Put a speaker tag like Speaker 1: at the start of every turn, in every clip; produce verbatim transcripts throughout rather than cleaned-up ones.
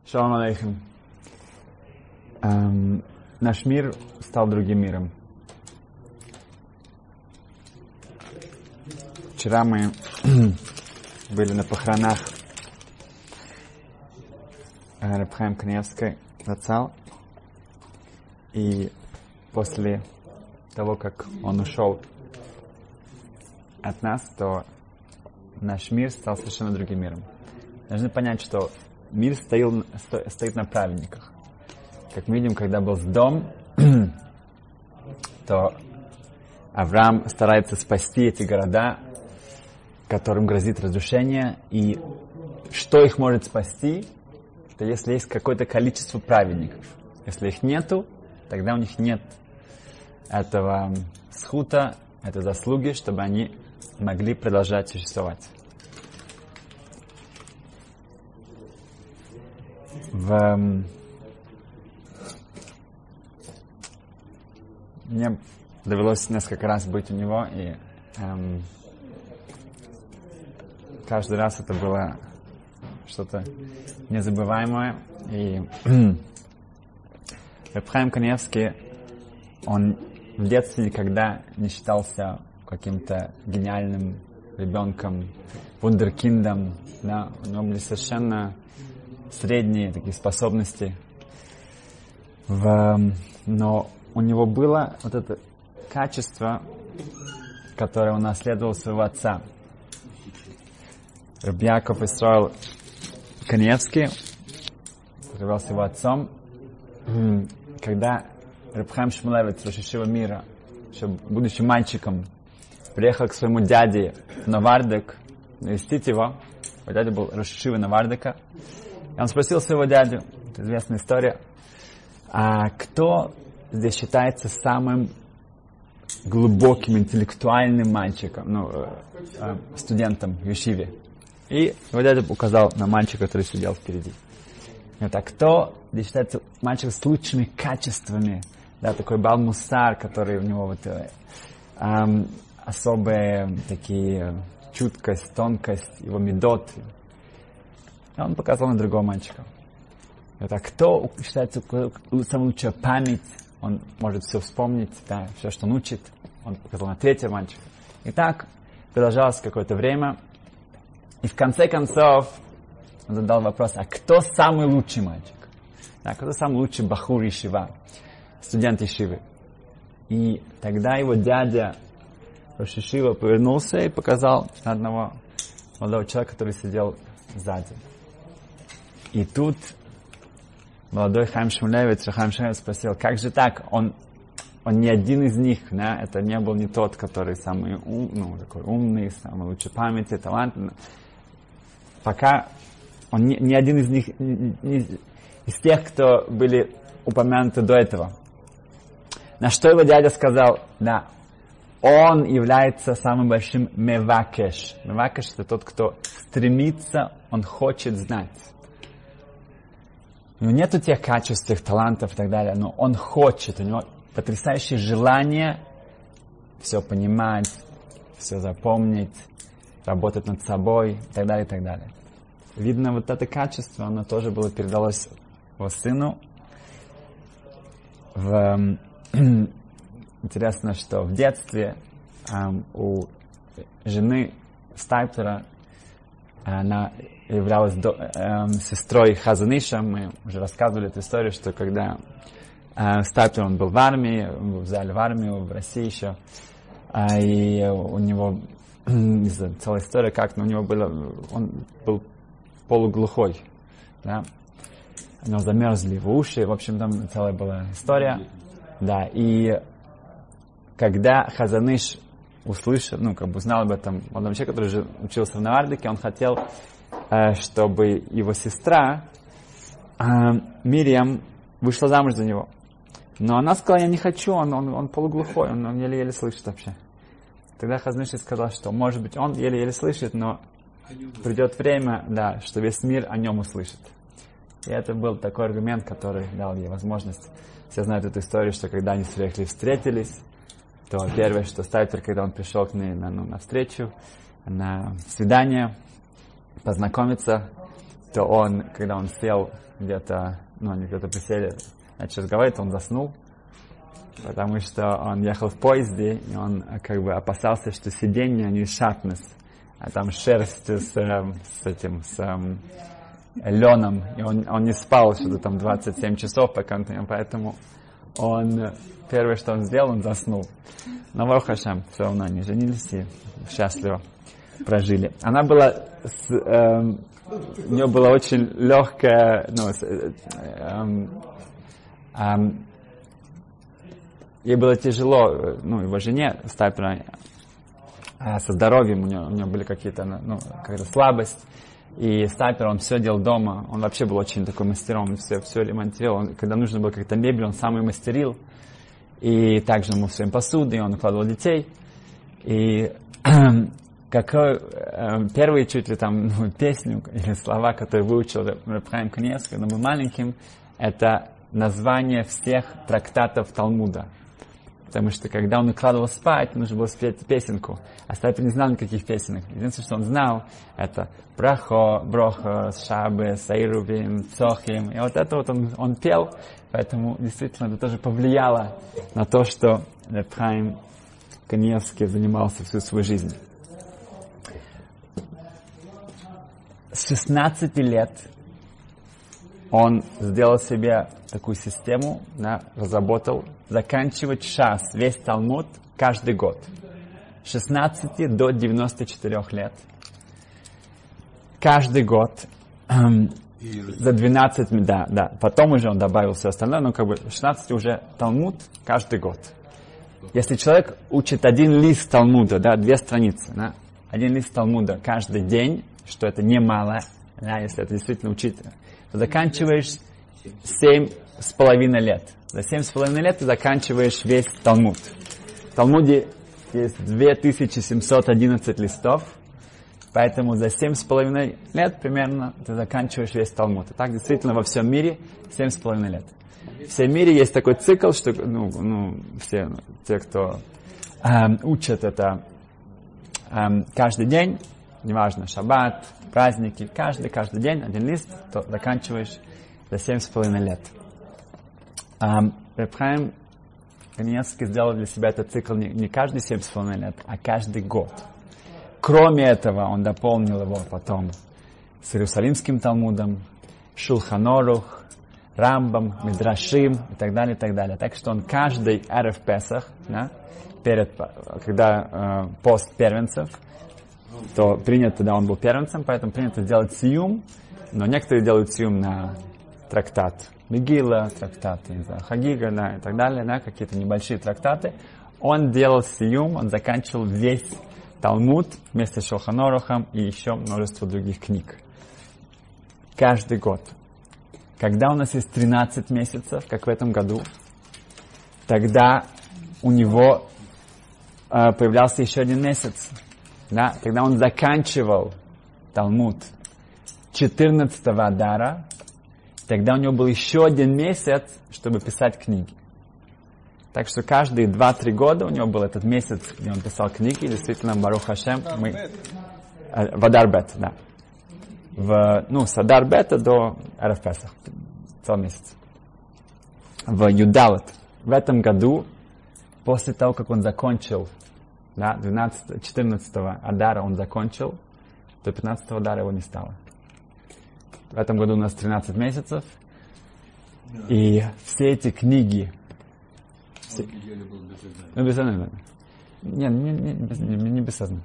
Speaker 1: Шалом алейхим. Эм, наш мир стал другим миром. Вчера мы были на похоронах Реб Хаим Каневской зацал, и после того, как он ушел от нас, то наш мир стал совершенно другим миром. Должны понять, что мир стоял, сто, стоит на праведниках. Как мы видим, когда был Сдом, то Авраам старается спасти эти города, которым грозит разрушение. И что их может спасти? Это если есть какое-то количество праведников. Если их нету, тогда у них нет этого схута, этой заслуги, чтобы они могли продолжать существовать. В... Мне довелось несколько раз быть у него, и эм, каждый раз это было что-то незабываемое. И Реб Хаим Каневский, он в детстве никогда не считался каким-то гениальным ребенком, вундеркиндом, да, у него были совершенно средние такие способности, в, но у него было вот это качество, которое он наследовал своего отца. Реб Яков Исроэл Каневский, который был его отцом, когда Реб Хаим Шмулевец, Рош йешива мира, еще будучи мальчиком, приехал к своему дяде в Новардек навестить его. Его дядя был Рош йешива Новардека. И он спросил своего дядю, это известная история, а кто здесь считается самым глубоким, интеллектуальным мальчиком, ну, э, э, студентом в Йешиве. И его дядя указал на мальчика, который сидел впереди. Вот, а кто здесь считается мальчиком с лучшими качествами, да, такой бал-мусар, который у него вот э, э, особые такие чуткость, тонкость, его медот. И он показал на другого мальчика. Вот, а кто считается самая лучшая память, он может все вспомнить, да, все, что он учит. Он показал на третьего мальчика. И так продолжалось какое-то время. И в конце концов он задал вопрос, а кто самый лучший мальчик? Да, кто самый лучший бахур йешива, студент йешивы? И тогда его дядя Рош йешива повернулся и показал на одного молодого человека, который сидел сзади. И тут молодой Хаим Шмулевец, Хаим Шмулевец спросил, как же так? Он, он не один из них, да? Это не был не тот, который самый ум, ну, такой умный, самый лучший памяти, талантливый. Пока он не, не один из них, не, не, из тех, кто были упомянуты до этого. На что его дядя сказал, да, он является самым большим мевакеш. Мевакеш — это тот, кто стремится, он хочет знать. У него нету тех качеств, тех талантов и так далее, но он хочет, у него потрясающее желание все понимать, все запомнить, работать над собой и так далее, и так далее. Видно, вот это качество, оно тоже было передалось его сыну. В, интересно, что в детстве эм, у жены Стайплера, она являлась до, э, сестрой Хазаныша. Мы уже рассказывали эту историю, что когда э, Стайплер, он был в армии, его взяли в армию в России еще, э, и у него целая история, как у него было, он был полуглухой, да, у него замерзли его уши, в общем, там целая была история, да, и когда Хазаныш услышал, ну, как бы узнал об этом молодом человеке, который уже учился в Навардике, он хотел, э, чтобы его сестра э, Мириам вышла замуж за него. Но она сказала, я не хочу, он, он, он полуглухой, он, он еле-еле слышит вообще. Тогда Хазаныш сказал, что, может быть, он еле-еле слышит, но придет время, да, что весь мир о нем услышит. И это был такой аргумент, который дал ей возможность. Все знают эту историю, что когда они с Рехли встретились, то первое, что Стайплер, когда он пришел к ней на, ну, на встречу, на свидание, познакомиться, то он, когда он сел где-то, ну, они где-то присели, начал разговаривать, он заснул, потому что он ехал в поезде, и он как бы опасался, что сиденья, они шатнут, а там шерсть с, с этим, с эм, леном, и он, он не спал что-то там двадцать семь часов, пока он, поэтому он, первое, что он сделал, он заснул. Но Барух Ашем, все равно они женились и счастливо прожили. Она была, с, эм, у нее была очень легкая, ну, с, эм, эм, ей было тяжело, ну, его жене, Стайпера, со здоровьем, у нее, у нее были какие-то, ну, какая-то слабость. И Стайпер, он все делал дома, он вообще был очень такой мастером, он все, все ремонтировал. Он, когда нужно было как-то мебель, он сам и мастерил. И также ему все им посуду, и он укладывал детей. И какой, э, первые чуть ли там ну, песню или слова, которые выучил Реб Хаим Каниевский, когда был маленьким, это название всех трактатов Талмуда. Потому что когда он укладывал спать, нужно было спеть песенку. А Стайпер не знал никаких песенок. Единственное, что он знал, это Брахо, Брохо, Шабе, Саирувим, Цохим. И вот это вот он, он пел. Поэтому действительно это тоже повлияло на то, что Реб Хаим Каниевский занимался всю свою жизнь. С шестнадцати лет он сделал себе такую систему, да, разработал, заканчивать шас, весь Талмуд, каждый год. С шестнадцати до девяноста четырёх лет. Каждый год. Эм, за двенадцать, да, да. Потом уже он добавил все остальное, но как бы шестнадцать уже Талмуд каждый год. Если человек учит один лист Талмуда, да, две страницы, да, один лист Талмуда каждый день, что это немало, да, если это действительно учить, то заканчиваешь семь с половиной лет. За семь с половиной лет ты заканчиваешь весь Талмуд. В Талмуде есть две тысячи семьсот одиннадцать листов, поэтому за семь с половиной лет примерно ты заканчиваешь весь Талмуд. И так действительно во всем мире семь с половиной лет. В всем мире есть такой цикл, что ну, ну, все те, кто эм, учат это эм, каждый день, неважно, шаббат, праздники, каждый, каждый день один лист, то заканчиваешь за семь с половиной лет. Um, Реб Хаим Каниевский сделал для себя этот цикл не, не каждые семь с половиной лет, а каждый год. Кроме этого, он дополнил его потом с Иерусалимским Талмудом, Шулхан Орух, Рамбам, Мидрашим и так далее, и так далее. Так что он каждый Эрев Песах, да, перед, когда э, пост первенцев, то принято, когда он был первенцем, поэтому принято сделать сиюм, но некоторые делают сиюм на трактат Мегила, трактаты, не знаю, Хагига, да, и так далее, да, какие-то небольшие трактаты. Он делал сиюм, он заканчивал весь Талмуд вместе с Шулхан Орухом и еще множество других книг. Каждый год. Когда у нас есть тринадцать месяцев, как в этом году, тогда у него э, появлялся еще один месяц. Да, тогда он заканчивал Талмуд четырнадцатого Адара, тогда у него был еще один месяц, чтобы писать книги. Так что каждые два-три года у него был этот месяц, где он писал книги, и действительно, Барух Ашем, мы... В Адар Бет, да. В, ну, с Адар Бета до Эрев Песах. Целый месяц. В Юдалет. В этом году, после того, как он закончил, да, двенадцатого, четырнадцатого Адара он закончил, до пятнадцатого Адара его не стало. В этом году у нас тринадцать месяцев, и все эти книги... Все... Ну, без сознания. Не, не, не, без, не, не без сознания.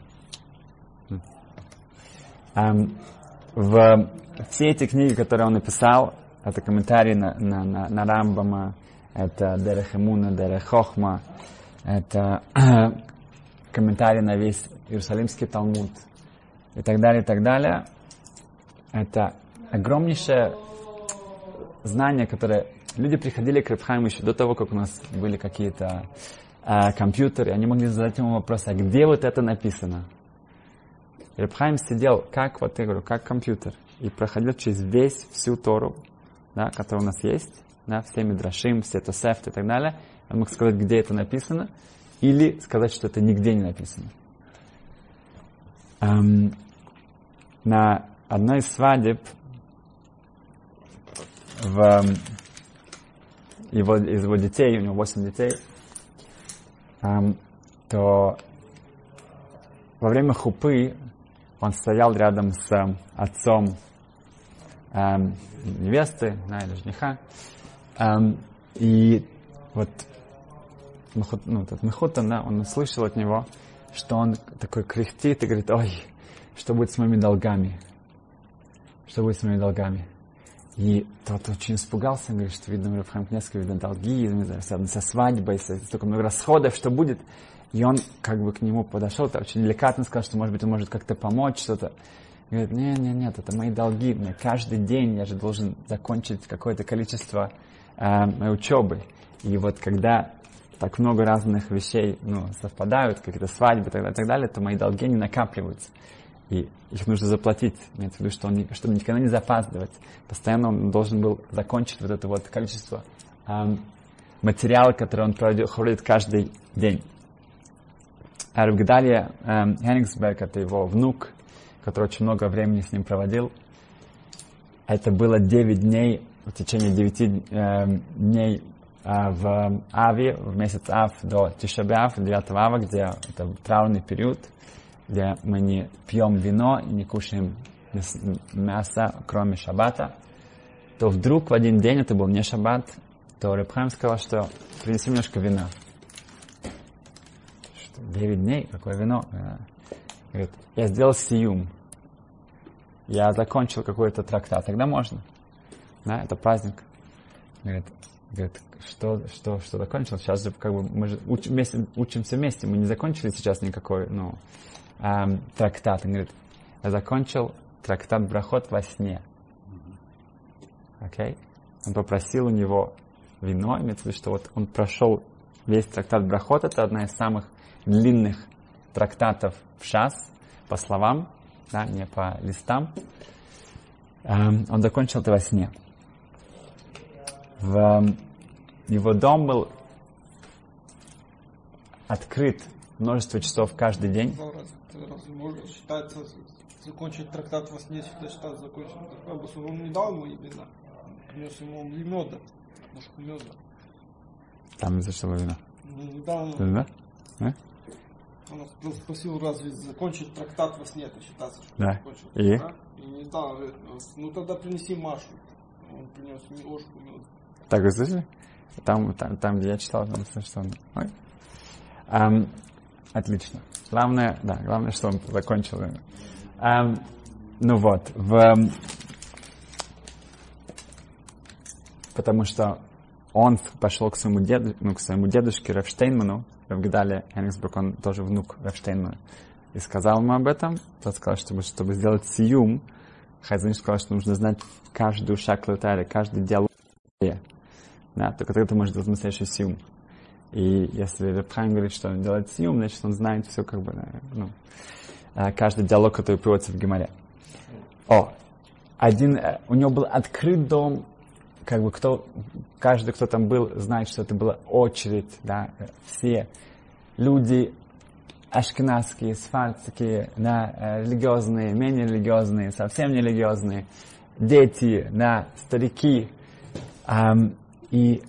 Speaker 1: Um, в все эти книги, которые он написал, это комментарии на, на, на, на Рамбама, это Дерех Эмуна, Дерех Хохма, это комментарии на весь Иерусалимский Талмуд и так далее, и так далее. Это огромнейшее знание, которое люди приходили к Реб Хаиму еще до того, как у нас были какие-то э, компьютеры, они могли задать ему вопрос, а где вот это написано? Реб Хаим сидел, как, вот я говорю, как компьютер, и проходил через весь, всю Тору, да, которая у нас есть, да, все Мидрашим, все Тосефты и так далее. Он мог сказать, где это написано, или сказать, что это нигде не написано. Эм, на одной из свадеб в его, из его детей, у него восемь детей, эм, то во время хупы он стоял рядом с отцом эм, невесты, да, или жениха, эм, и вот ну, этот Мехутан, да, он услышал от него, что он такой кряхтит и говорит: ой, что будет с моими долгами? Что будет с моими долгами? И тот очень испугался, говорит, что, видно, у Рабхайма Каневского, видно, долги, не знаю, связаны со свадьбой, со столько много расходов, что будет. И он как бы к нему подошел, так очень деликатно сказал, что, может быть, он может как-то помочь, что-то. Говорит: нет, нет, нет, это мои долги, мне каждый день я же должен закончить какое-то количество э, моей учебы. И вот когда так много разных вещей, ну, совпадают, какие-то свадьбы и так далее, и так далее, то мои долги не накапливаются. И их нужно заплатить. Имеется в виду, что он, чтобы никогда не запаздывать. Постоянно он должен был закончить вот это вот количество эм, материала, который он проводит каждый день. А Рав Гедалия эм, Хенигсберг, это его внук, который очень много времени с ним проводил. Это было девять дней, в течение девяти эм, дней э, в Аве, в месяц Ав до Тиша б'Ав, девятого Ава, где это траурный период, где мы не пьем вино и не кушаем мясо, кроме шаббата, то вдруг в один день, это был не шаббат, то Реб Хаим сказал, что принеси немножко вина. Что, девять дней? Какое вино? Говорит: я сделал сиюм. Я закончил какой-то трактат. Тогда можно. Да, это праздник. Говорит, говорит что, что, что закончил? Сейчас же как бы мы же уч, вместе, учимся вместе. Мы не закончили сейчас никакой, ну, эм, трактат. Он говорит: я закончил трактат брахот во сне. Окей? Okay? Он попросил у него вино, имеется в виду, что вот он прошел весь трактат брахот, это одна из самых длинных трактатов в шас, по словам, да, не по листам. Эм, он закончил это во сне. В, эм, его дом был открыт множество часов каждый день.
Speaker 2: Разве можно считаться, закончить трактат во сне, всегда считаться законченным трактатом? Он не дал ему именно, принес ему меда, ложку меда.
Speaker 1: Там из-за что вино?
Speaker 2: Ну, не дал ему.
Speaker 1: Да? Да?
Speaker 2: Он спросил, разве закончить трактат во сне, это считаться, что
Speaker 1: да.
Speaker 2: он закончил?
Speaker 1: И?
Speaker 2: Да? И не дал, говорит: ну тогда принеси Машу. Он принес ложку меда.
Speaker 1: Так вы слышали? Там, там, там, где я читал, там что он... Ой. Um, отлично. Главное, да, главное, что он закончил. Um, ну вот, в, потому что он пошел к своему деду, ну, к своему дедушке Рав Штейнману, Рав Гедалия Хенигсберг, он тоже внук Рав Штейнмана, и сказал ему об этом. Тот сказал, чтобы, чтобы сделать сиюм, Хазон сказал, что нужно знать каждую шаклу тайры, каждый диалог. Да, только тогда ты можешь делать настоящий сиюм. И если Реб Хаим говорит, что он делает сиюм, значит, он знает все, как бы, ну, каждый диалог, который приводится в Гемаре. О, один, у него был открыт дом, как бы, кто, каждый, кто там был, знает, что это была очередь, да, все люди ашкеназские, сфарцкие, да, религиозные, менее религиозные, совсем не религиозные, дети, да, старики, эм, и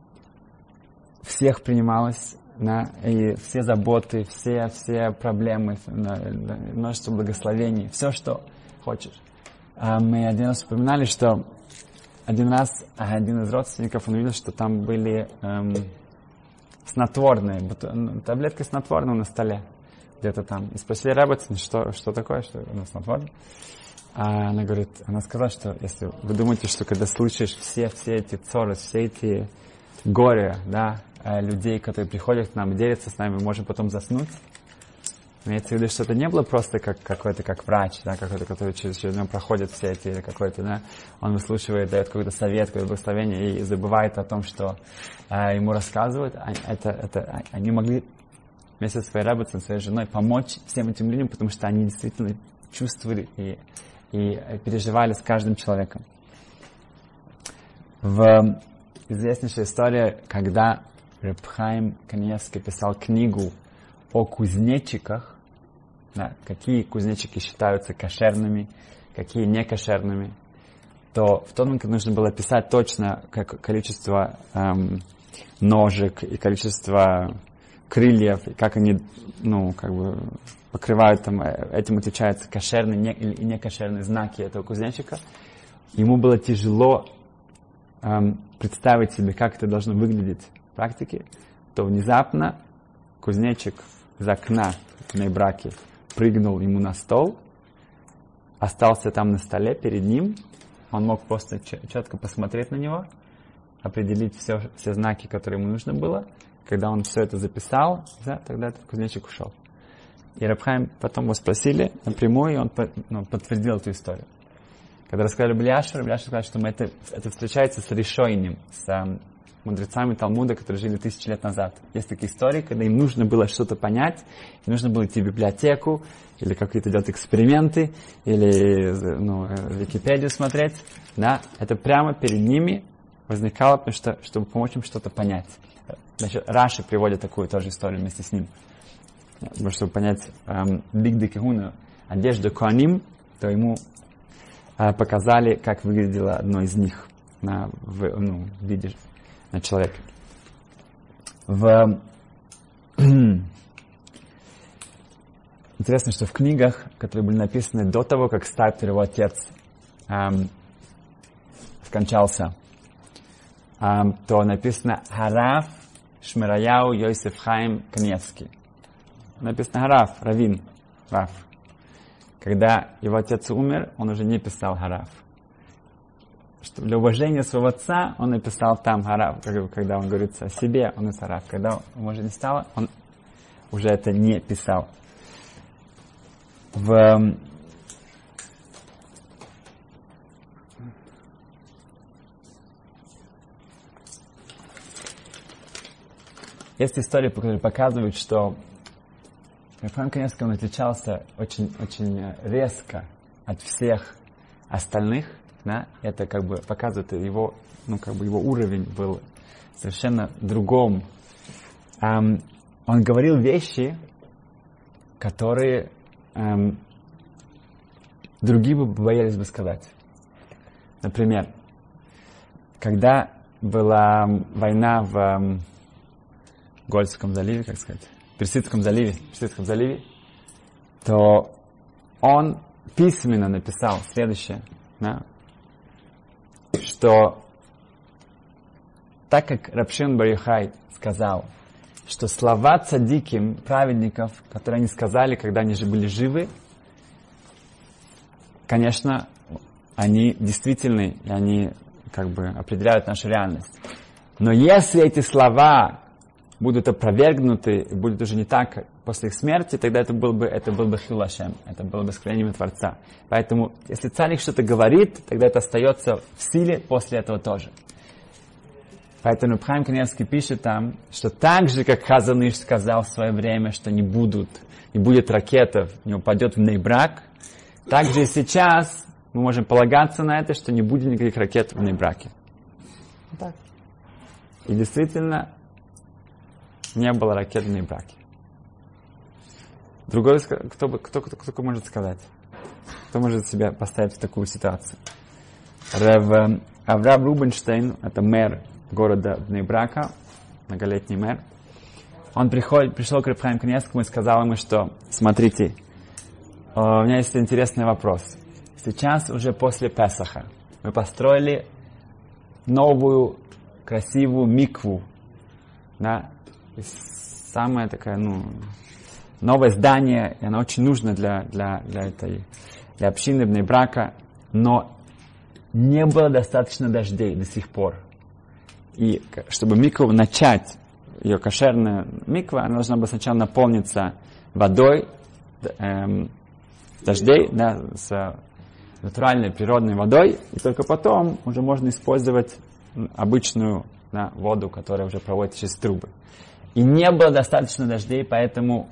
Speaker 1: всех принималось, да, и все заботы, все, все проблемы, множество благословений, все, что хочешь. А мы один раз вспоминали, что один раз один из родственников, он увидел, что там были эм, снотворные, таблетки снотворного на столе, где-то там. И спросили Ребецин, что, что такое, что ну, снотворное. А она говорит, она сказала, что если вы думаете, что когда слышишь все, все эти цоры, все эти горе, да, людей, которые приходят к нам и делятся с нами, мы можем потом заснуть. Имеется в виду, что это не было просто как какой-то как врач, да, какой-то, который через, через него проходит все эти, или какой-то, да, он выслушивает, дает какой-то совет, какое-то благословение и забывает о том, что э, ему рассказывают. Это, это, они могли вместе со своей работой, со своей женой помочь всем этим людям, потому что они действительно чувствовали и, и переживали с каждым человеком. В известнейшая история, когда Реб Хаим Каневский писал книгу о кузнечиках, да, какие кузнечики считаются кошерными, какие не кошерными. то в тот момент нужно было писать точно как количество эм, ножек и количество крыльев, и как они, ну, как бы покрывают там, этим отличаются кошерные и некошерные знаки этого кузнечика. Ему было тяжело эм, представить себе, как это должно выглядеть в практике, то внезапно кузнечик из окна на браке прыгнул ему на стол, остался там на столе перед ним, он мог просто четко посмотреть на него, определить все, все знаки, которые ему нужно было. Когда он все это записал, да, тогда этот кузнечик ушел. И Раб Хаим потом его спросили напрямую, и он ну, подтвердил эту историю. Когда рассказали Рабби Элиашер, Рабби Элиашер сказал, что мы это, это встречается с решойним, с um, мудрецами Талмуда, которые жили тысячи лет назад. Есть такие истории, когда им нужно было что-то понять, им нужно было идти в библиотеку, или какие-то делать эксперименты, или ну, Википедию смотреть. Да? Это прямо перед ними возникало, потому что, чтобы помочь им что-то понять. Значит, Раши приводит такую тоже историю вместе с ним. Чтобы понять Бигды Кегуна, одежду Коаним, то ему э, показали, как выглядело одно из них на, в, ну, в виде на человека. В... Интересно, что в книгах, которые были написаны до того, как Стайптер, его отец, эм, скончался, эм, то написано «Хараф Шмираяу Йосеф Хаим Каневский». Написано «Хараф», раввин, Раф. Когда его отец умер, он уже не писал «Хараф». Что для уважения своего отца он написал там «Хараф». Когда он говорит о себе, он написал «Хараф». Когда ему уже не стало, он уже это не писал. В... Есть история, которая показывает, что Рафаэль Каневский, он отличался очень, очень резко от всех остальных. Да? Это как бы показывает его, ну, как бы его уровень был совершенно другом. Um, он говорил вещи, которые um, другие бы боялись бы сказать. Например, когда была война в um, Гольфском заливе, как сказать, Персидском заливе, Персидском заливе, то он письменно написал следующее, да, что так как Рабби Шимон бар Йохай сказал, что слова цадиким, праведников, которые они сказали, когда они же были живы, конечно, они действительны, и они как бы определяют нашу реальность. Но если эти слова будут опровергнуты, и будут уже не так после их смерти, тогда это был бы, это был бы хилул Ашем, это было бы осквернением Творца. Поэтому, если царь что-то говорит, тогда это остается в силе после этого тоже. Поэтому Рабби Хаим Каневский пишет там, что так же, как Хазон Иш сказал в свое время, что не будут, не будет ракетов, не упадет в Нейбрак, так же и сейчас мы можем полагаться на это, что не будет никаких ракет в Нейбраке. Вот так. И действительно, не было ракет в Нейбраке. Другой, кто, кто, кто, кто может сказать? Кто может себя поставить в такую ситуацию? Рав Авраам Рубинштейн, это мэр города Нейбрака, многолетний мэр, он приходит, пришел к Рабби Хаиму Каневскому и сказал ему, что смотрите, у меня есть интересный вопрос. Сейчас уже после Песаха мы построили новую красивую микву, да, самое такое, ну, новое здание, и оно очень нужно для, для, для этой, для общины Бней-Брака, но не было достаточно дождей до сих пор. И чтобы микву начать, ее кошерная миква, она должна была сначала наполниться водой, эм, дождей, да, с натуральной природной водой, и только потом уже можно использовать обычную, да, воду, которая уже проводится через трубы. И не было достаточно дождей, поэтому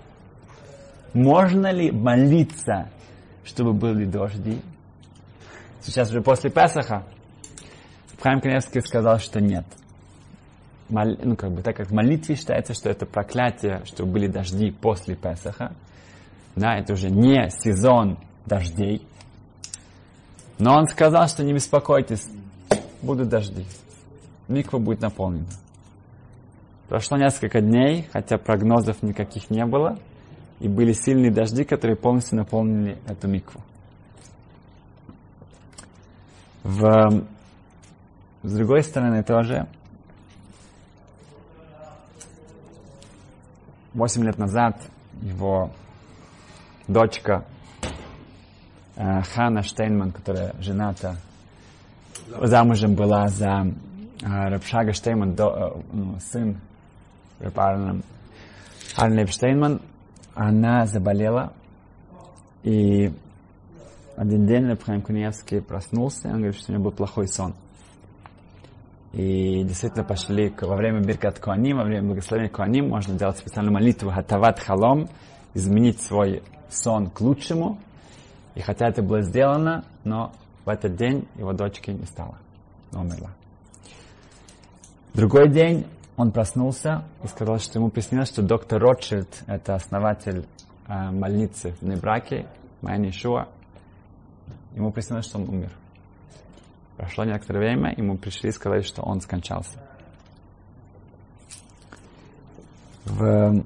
Speaker 1: можно ли молиться, чтобы были дожди? Сейчас уже после Песаха Хаим Каневский сказал, что нет. Мол, ну, как бы, так как в молитве считается, что это проклятие, что были дожди после Песаха, да, это уже не сезон дождей, Но он сказал, что не беспокойтесь, будут дожди. Миква будет наполнена. Прошло несколько дней, хотя прогнозов никаких не было, и были сильные дожди, которые полностью наполнили эту микву. В... С другой стороны тоже, восемь лет назад его дочка э, Хана Штейнман, которая жената, замужем была за э, Рабшага Штейнман, до, э, ну, сын Рабарна Арлеп Штейнман, она заболела, и один день Раб Хаим Каниевский проснулся, и он говорит, что у него был плохой сон. И действительно пошли во время Биркат Коаним, во время благословения Коаним можно делать специальную молитву Хатават Халом, изменить свой сон к лучшему. И хотя это было сделано, но в этот день его дочки не стало, умерла. Другой день он проснулся и сказал, что ему приснилось, что доктор Ротшильд, это основатель э, больницы в Небраке, Майан Ишуа, ему приснилось, что он умер. Прошло некоторое время, ему пришли и сказали, что он скончался. В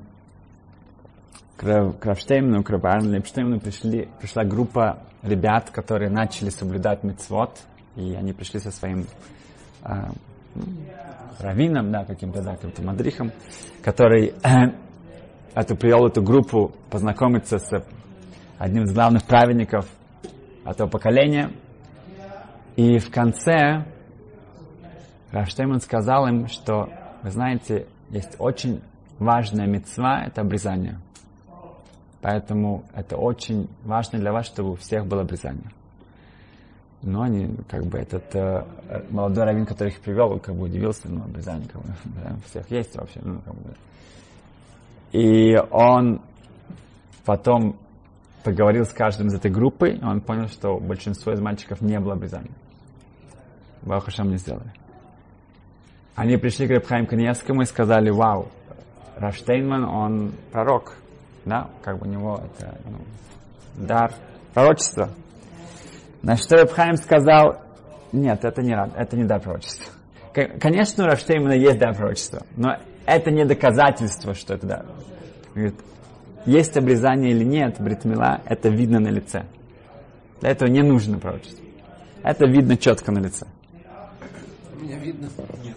Speaker 1: к Равштеймну, к Рабарну Лейбштеймну пришли, пришла группа ребят, которые начали соблюдать мицвот, и они пришли со своим э, раввином, да, каким-то, да, каким-то мадрихом, который э, эту, привел эту группу познакомиться с одним из главных праведников этого поколения. И в конце Рав Штейнман сказал им, что, вы знаете, есть очень важная мицва, это обрезание. Поэтому это очень важно для вас, чтобы у всех было обрезание. Но они, как бы, этот э, молодой раввин, который их привел, он как бы удивился, ну, обрезание, как бы, да, у всех есть вообще, ну, как бы. И он потом поговорил с каждым из этой группы, и он понял, что большинство из мальчиков не было обрезания. Барух Ашем не сделали. Они пришли к Раб Хаиму Каниевскому и сказали, вау, Рав Штейнман, он пророк, да, как бы у него это, ну, дар пророчества. На что Раб Хаим сказал, нет, это не, это не дар пророчества. Конечно, у Рав Штейнмана есть дар пророчества, но это не доказательство, что это дар. Говорит, есть обрезание или нет, брит мила, это видно на лице. Для этого не нужно пророчество. Это видно четко на лице.
Speaker 2: Меня видно? Нет.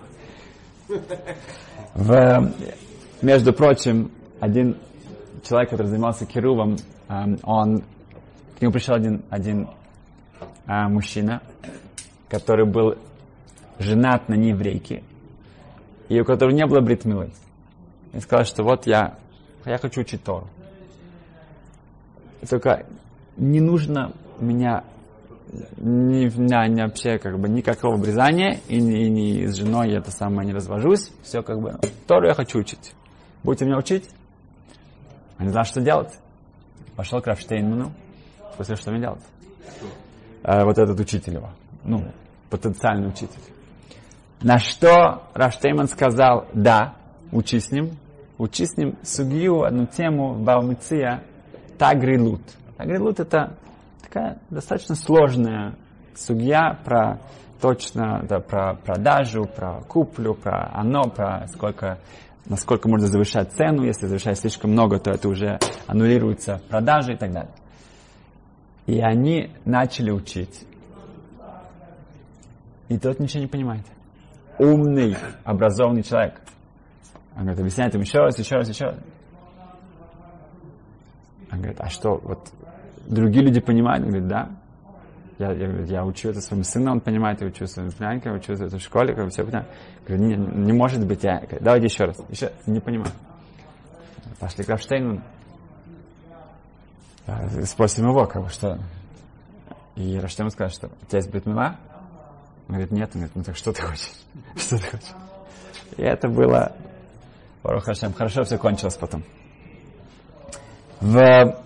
Speaker 1: В, между прочим, один человек, который занимался керувом, он, к нему пришел один, один а, мужчина, который был женат на нееврейке, и у которого не было брит милы. И сказал, что вот я, я хочу учить Тору. Только не нужно меня ни, ни, ни вообще как бы никакого обрезания, и ни, ни с женой я это самое не развожусь. Все как бы, Тору я хочу учить. Будете меня учить? Он не знал, что делать. Пошел к Рав Штейнману, спросил, что мне делать. А, вот этот учитель его, ну, потенциальный учитель. На что Рав Штейнман сказал, да, учи с ним, учи с ним сугию, одну тему в Бава Меция, Тагрилут. Тагрилут это такая достаточно сложная сугья про точно, да, про продажу, про куплю, про оно, про сколько, насколько можно завышать цену. Если завышать слишком много, то это уже аннулируется продажа и так далее. И они начали учить. И тот ничего не понимает. Умный, образованный человек. Он говорит, объясняет им еще раз, еще раз, еще раз. Он говорит, а что, вот другие люди понимают? Он говорит, да. Я, я, я учу это своему сыну, он понимает, я учу своим племянникам, я учу это в школе, как бы все понимают. Говорю, не, не может быть, я, давайте еще раз, еще, не понимаю. Пошли к Рав Штейнману. Спросим его, как бы, что. И Рав Штейнман сказал, что у тебя есть брит мила? Он говорит, нет. Он говорит, ну так что ты хочешь? Что ты хочешь? И это было, Барух Ашем, хорошо все кончилось потом. В...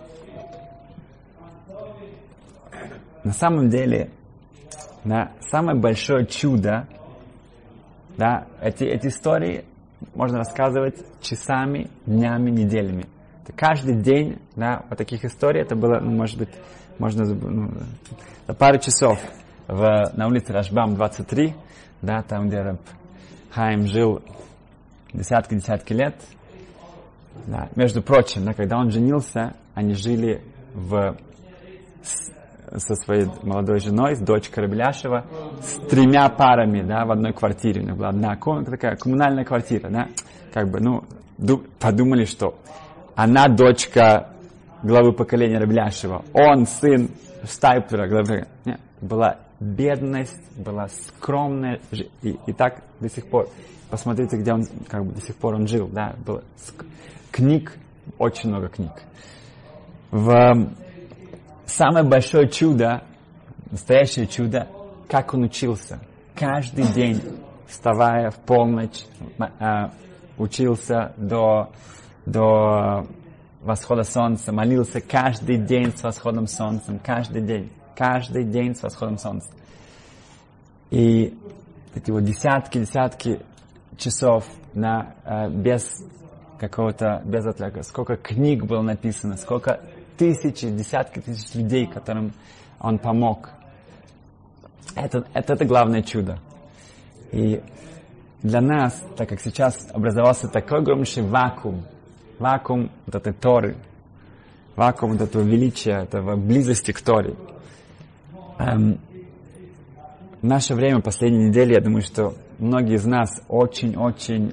Speaker 1: На самом деле, да, самое большое чудо, да, эти, эти истории можно рассказывать часами, днями, неделями. Это каждый день, да, вот таких историй, это было, ну, может быть, можно, ну, пару часов. в, на улице Рашбам двадцать три, да, там, где Раб Хаим жил десятки-десятки лет. Да. Между прочим, да, когда он женился, они жили в, с, со своей молодой женой, с дочкой Рабеляшева, с тремя парами, да, в одной квартире. У них была одна комната, такая коммунальная квартира, да. Как бы, ну, ду- подумали, что она дочка главы поколения Рабеляшева, он сын Штайплера, главы. Нет, была бедность, была скромная, и, и так до сих пор. Посмотрите, где он, как бы, до сих пор он жил, да, было книг, очень много книг. В самое большое чудо, настоящее чудо, как он учился. Каждый день, вставая в полночь, учился до, до восхода солнца, молился каждый день с восходом солнца, каждый день, каждый день с восходом солнца. И эти вот десятки, десятки часов на, э, без какого-то, без отвлека, сколько книг было написано, сколько тысячи, десятки тысяч людей, которым он помог. Это, это, это главное чудо. И для нас, так как сейчас образовался такой огромнейший вакуум, вакуум вот этой Торы, вакуум вот этого величия, этого близости к Торе. Эм, в наше время, последние недели, я думаю, что многие из нас очень-очень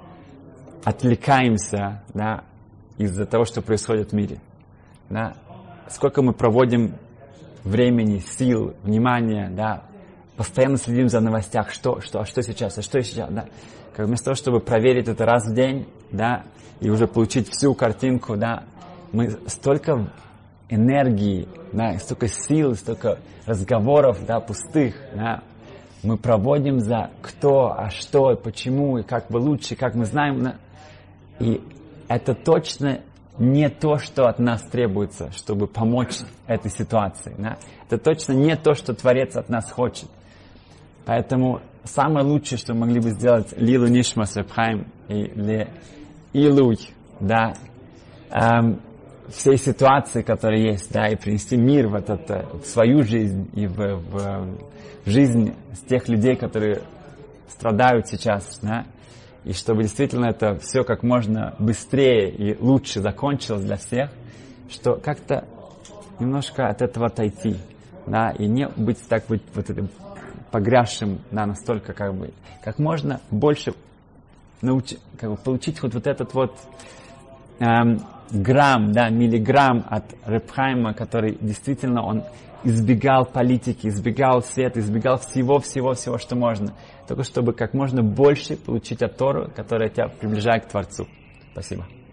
Speaker 1: отвлекаемся, да, из-за того, что происходит в мире. Да. Сколько мы проводим времени, сил, внимания, да, постоянно следим за новостях, что, что, а что сейчас, а что сейчас, да. Как вместо того, чтобы проверить это раз в день, да, и уже получить всю картинку, да, мы столько энергии, да, столько сил, столько разговоров, да, пустых, да, мы проводим за кто, а что, и почему, и как бы лучше, как мы знаем, да, и это точно не то, что от нас требуется, чтобы помочь этой ситуации, да, это точно не то, что Творец от нас хочет. Поэтому самое лучшее, что мы могли бы сделать Лилу Нишмас Раб Хаим и Ле Илуй, да, эм, всей ситуации, которая есть, да, и принести мир в, этот, в свою жизнь и в, в, в жизнь тех людей, которые страдают сейчас, да, и чтобы действительно это все как можно быстрее и лучше закончилось для всех, что как-то немножко от этого отойти, да, и не быть так быть вот этим погрязшим, да, настолько как бы, как можно больше научить, как бы получить вот, вот этот вот эм, грамм, да, миллиграмм от Раб Хаима, который действительно он избегал политики, избегал света, избегал всего-всего-всего, что можно. Только чтобы как можно больше получить от Торы, которая тебя приближает к Творцу. Спасибо.